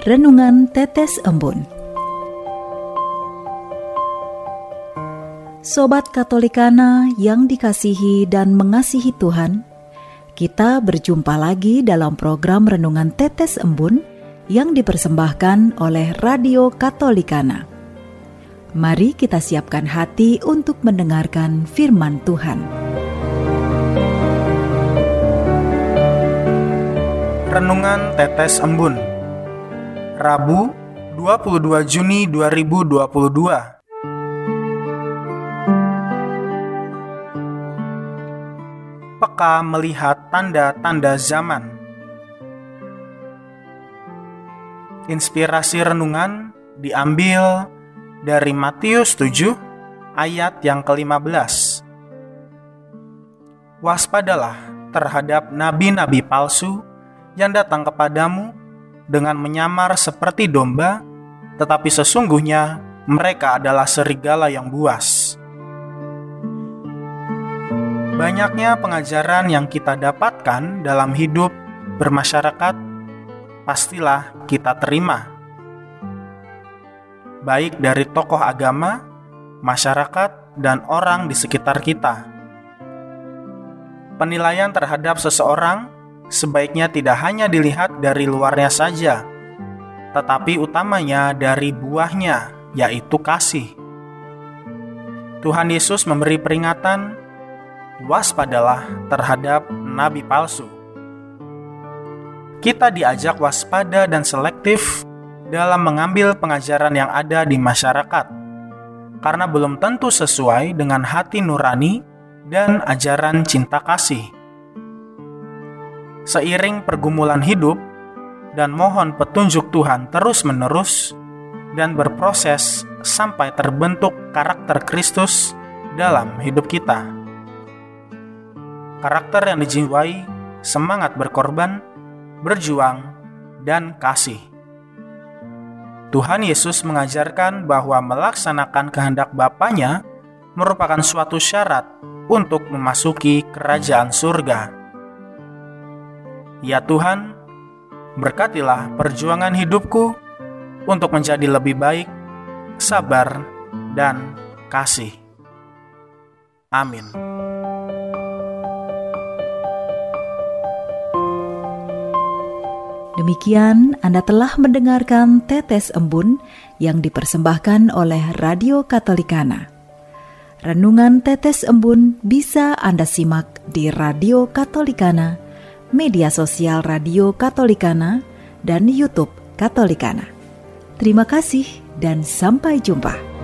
Renungan Tetes Embun. Sobat Katolikana yang dikasihi dan mengasihi Tuhan, kita berjumpa lagi dalam program Renungan Tetes Embun yang dipersembahkan oleh Radio Katolikana. Mari kita siapkan hati untuk mendengarkan firman Tuhan. Renungan Tetes Embun, Rabu 22 Juni 2022. Peka melihat tanda-tanda zaman. Inspirasi renungan diambil dari Matius 7 ayat yang ke-15. Waspadalah terhadap nabi-nabi palsu yang datang kepadamu dengan menyamar seperti domba, tetapi sesungguhnya mereka adalah serigala yang buas. Banyaknya pengajaran yang kita dapatkan dalam hidup bermasyarakat, pastilah kita terima. Baik dari tokoh agama, masyarakat, dan orang di sekitar kita. Penilaian terhadap seseorang sebaiknya tidak hanya dilihat dari luarnya saja, tetapi utamanya dari buahnya, yaitu kasih. Tuhan Yesus memberi peringatan, waspadalah terhadap nabi palsu. Kita diajak waspada dan selektif dalam mengambil pengajaran yang ada di masyarakat, karena belum tentu sesuai dengan hati nurani dan ajaran cinta kasih. Seiring pergumulan hidup dan mohon petunjuk Tuhan terus-menerus dan berproses sampai terbentuk karakter Kristus dalam hidup kita. Karakter yang dijiwai semangat berkorban, berjuang, dan kasih. Tuhan Yesus mengajarkan bahwa melaksanakan kehendak Bapanya merupakan suatu syarat untuk memasuki kerajaan surga. Ya Tuhan, berkatilah perjuangan hidupku untuk menjadi lebih baik, sabar, dan kasih. Amin. Demikian Anda telah mendengarkan Tetes Embun yang dipersembahkan oleh Radio Katolikana. Renungan Tetes Embun bisa Anda simak di Radio Katolikana, media sosial Radio Katolikana, dan YouTube Katolikana. Terima kasih dan sampai jumpa.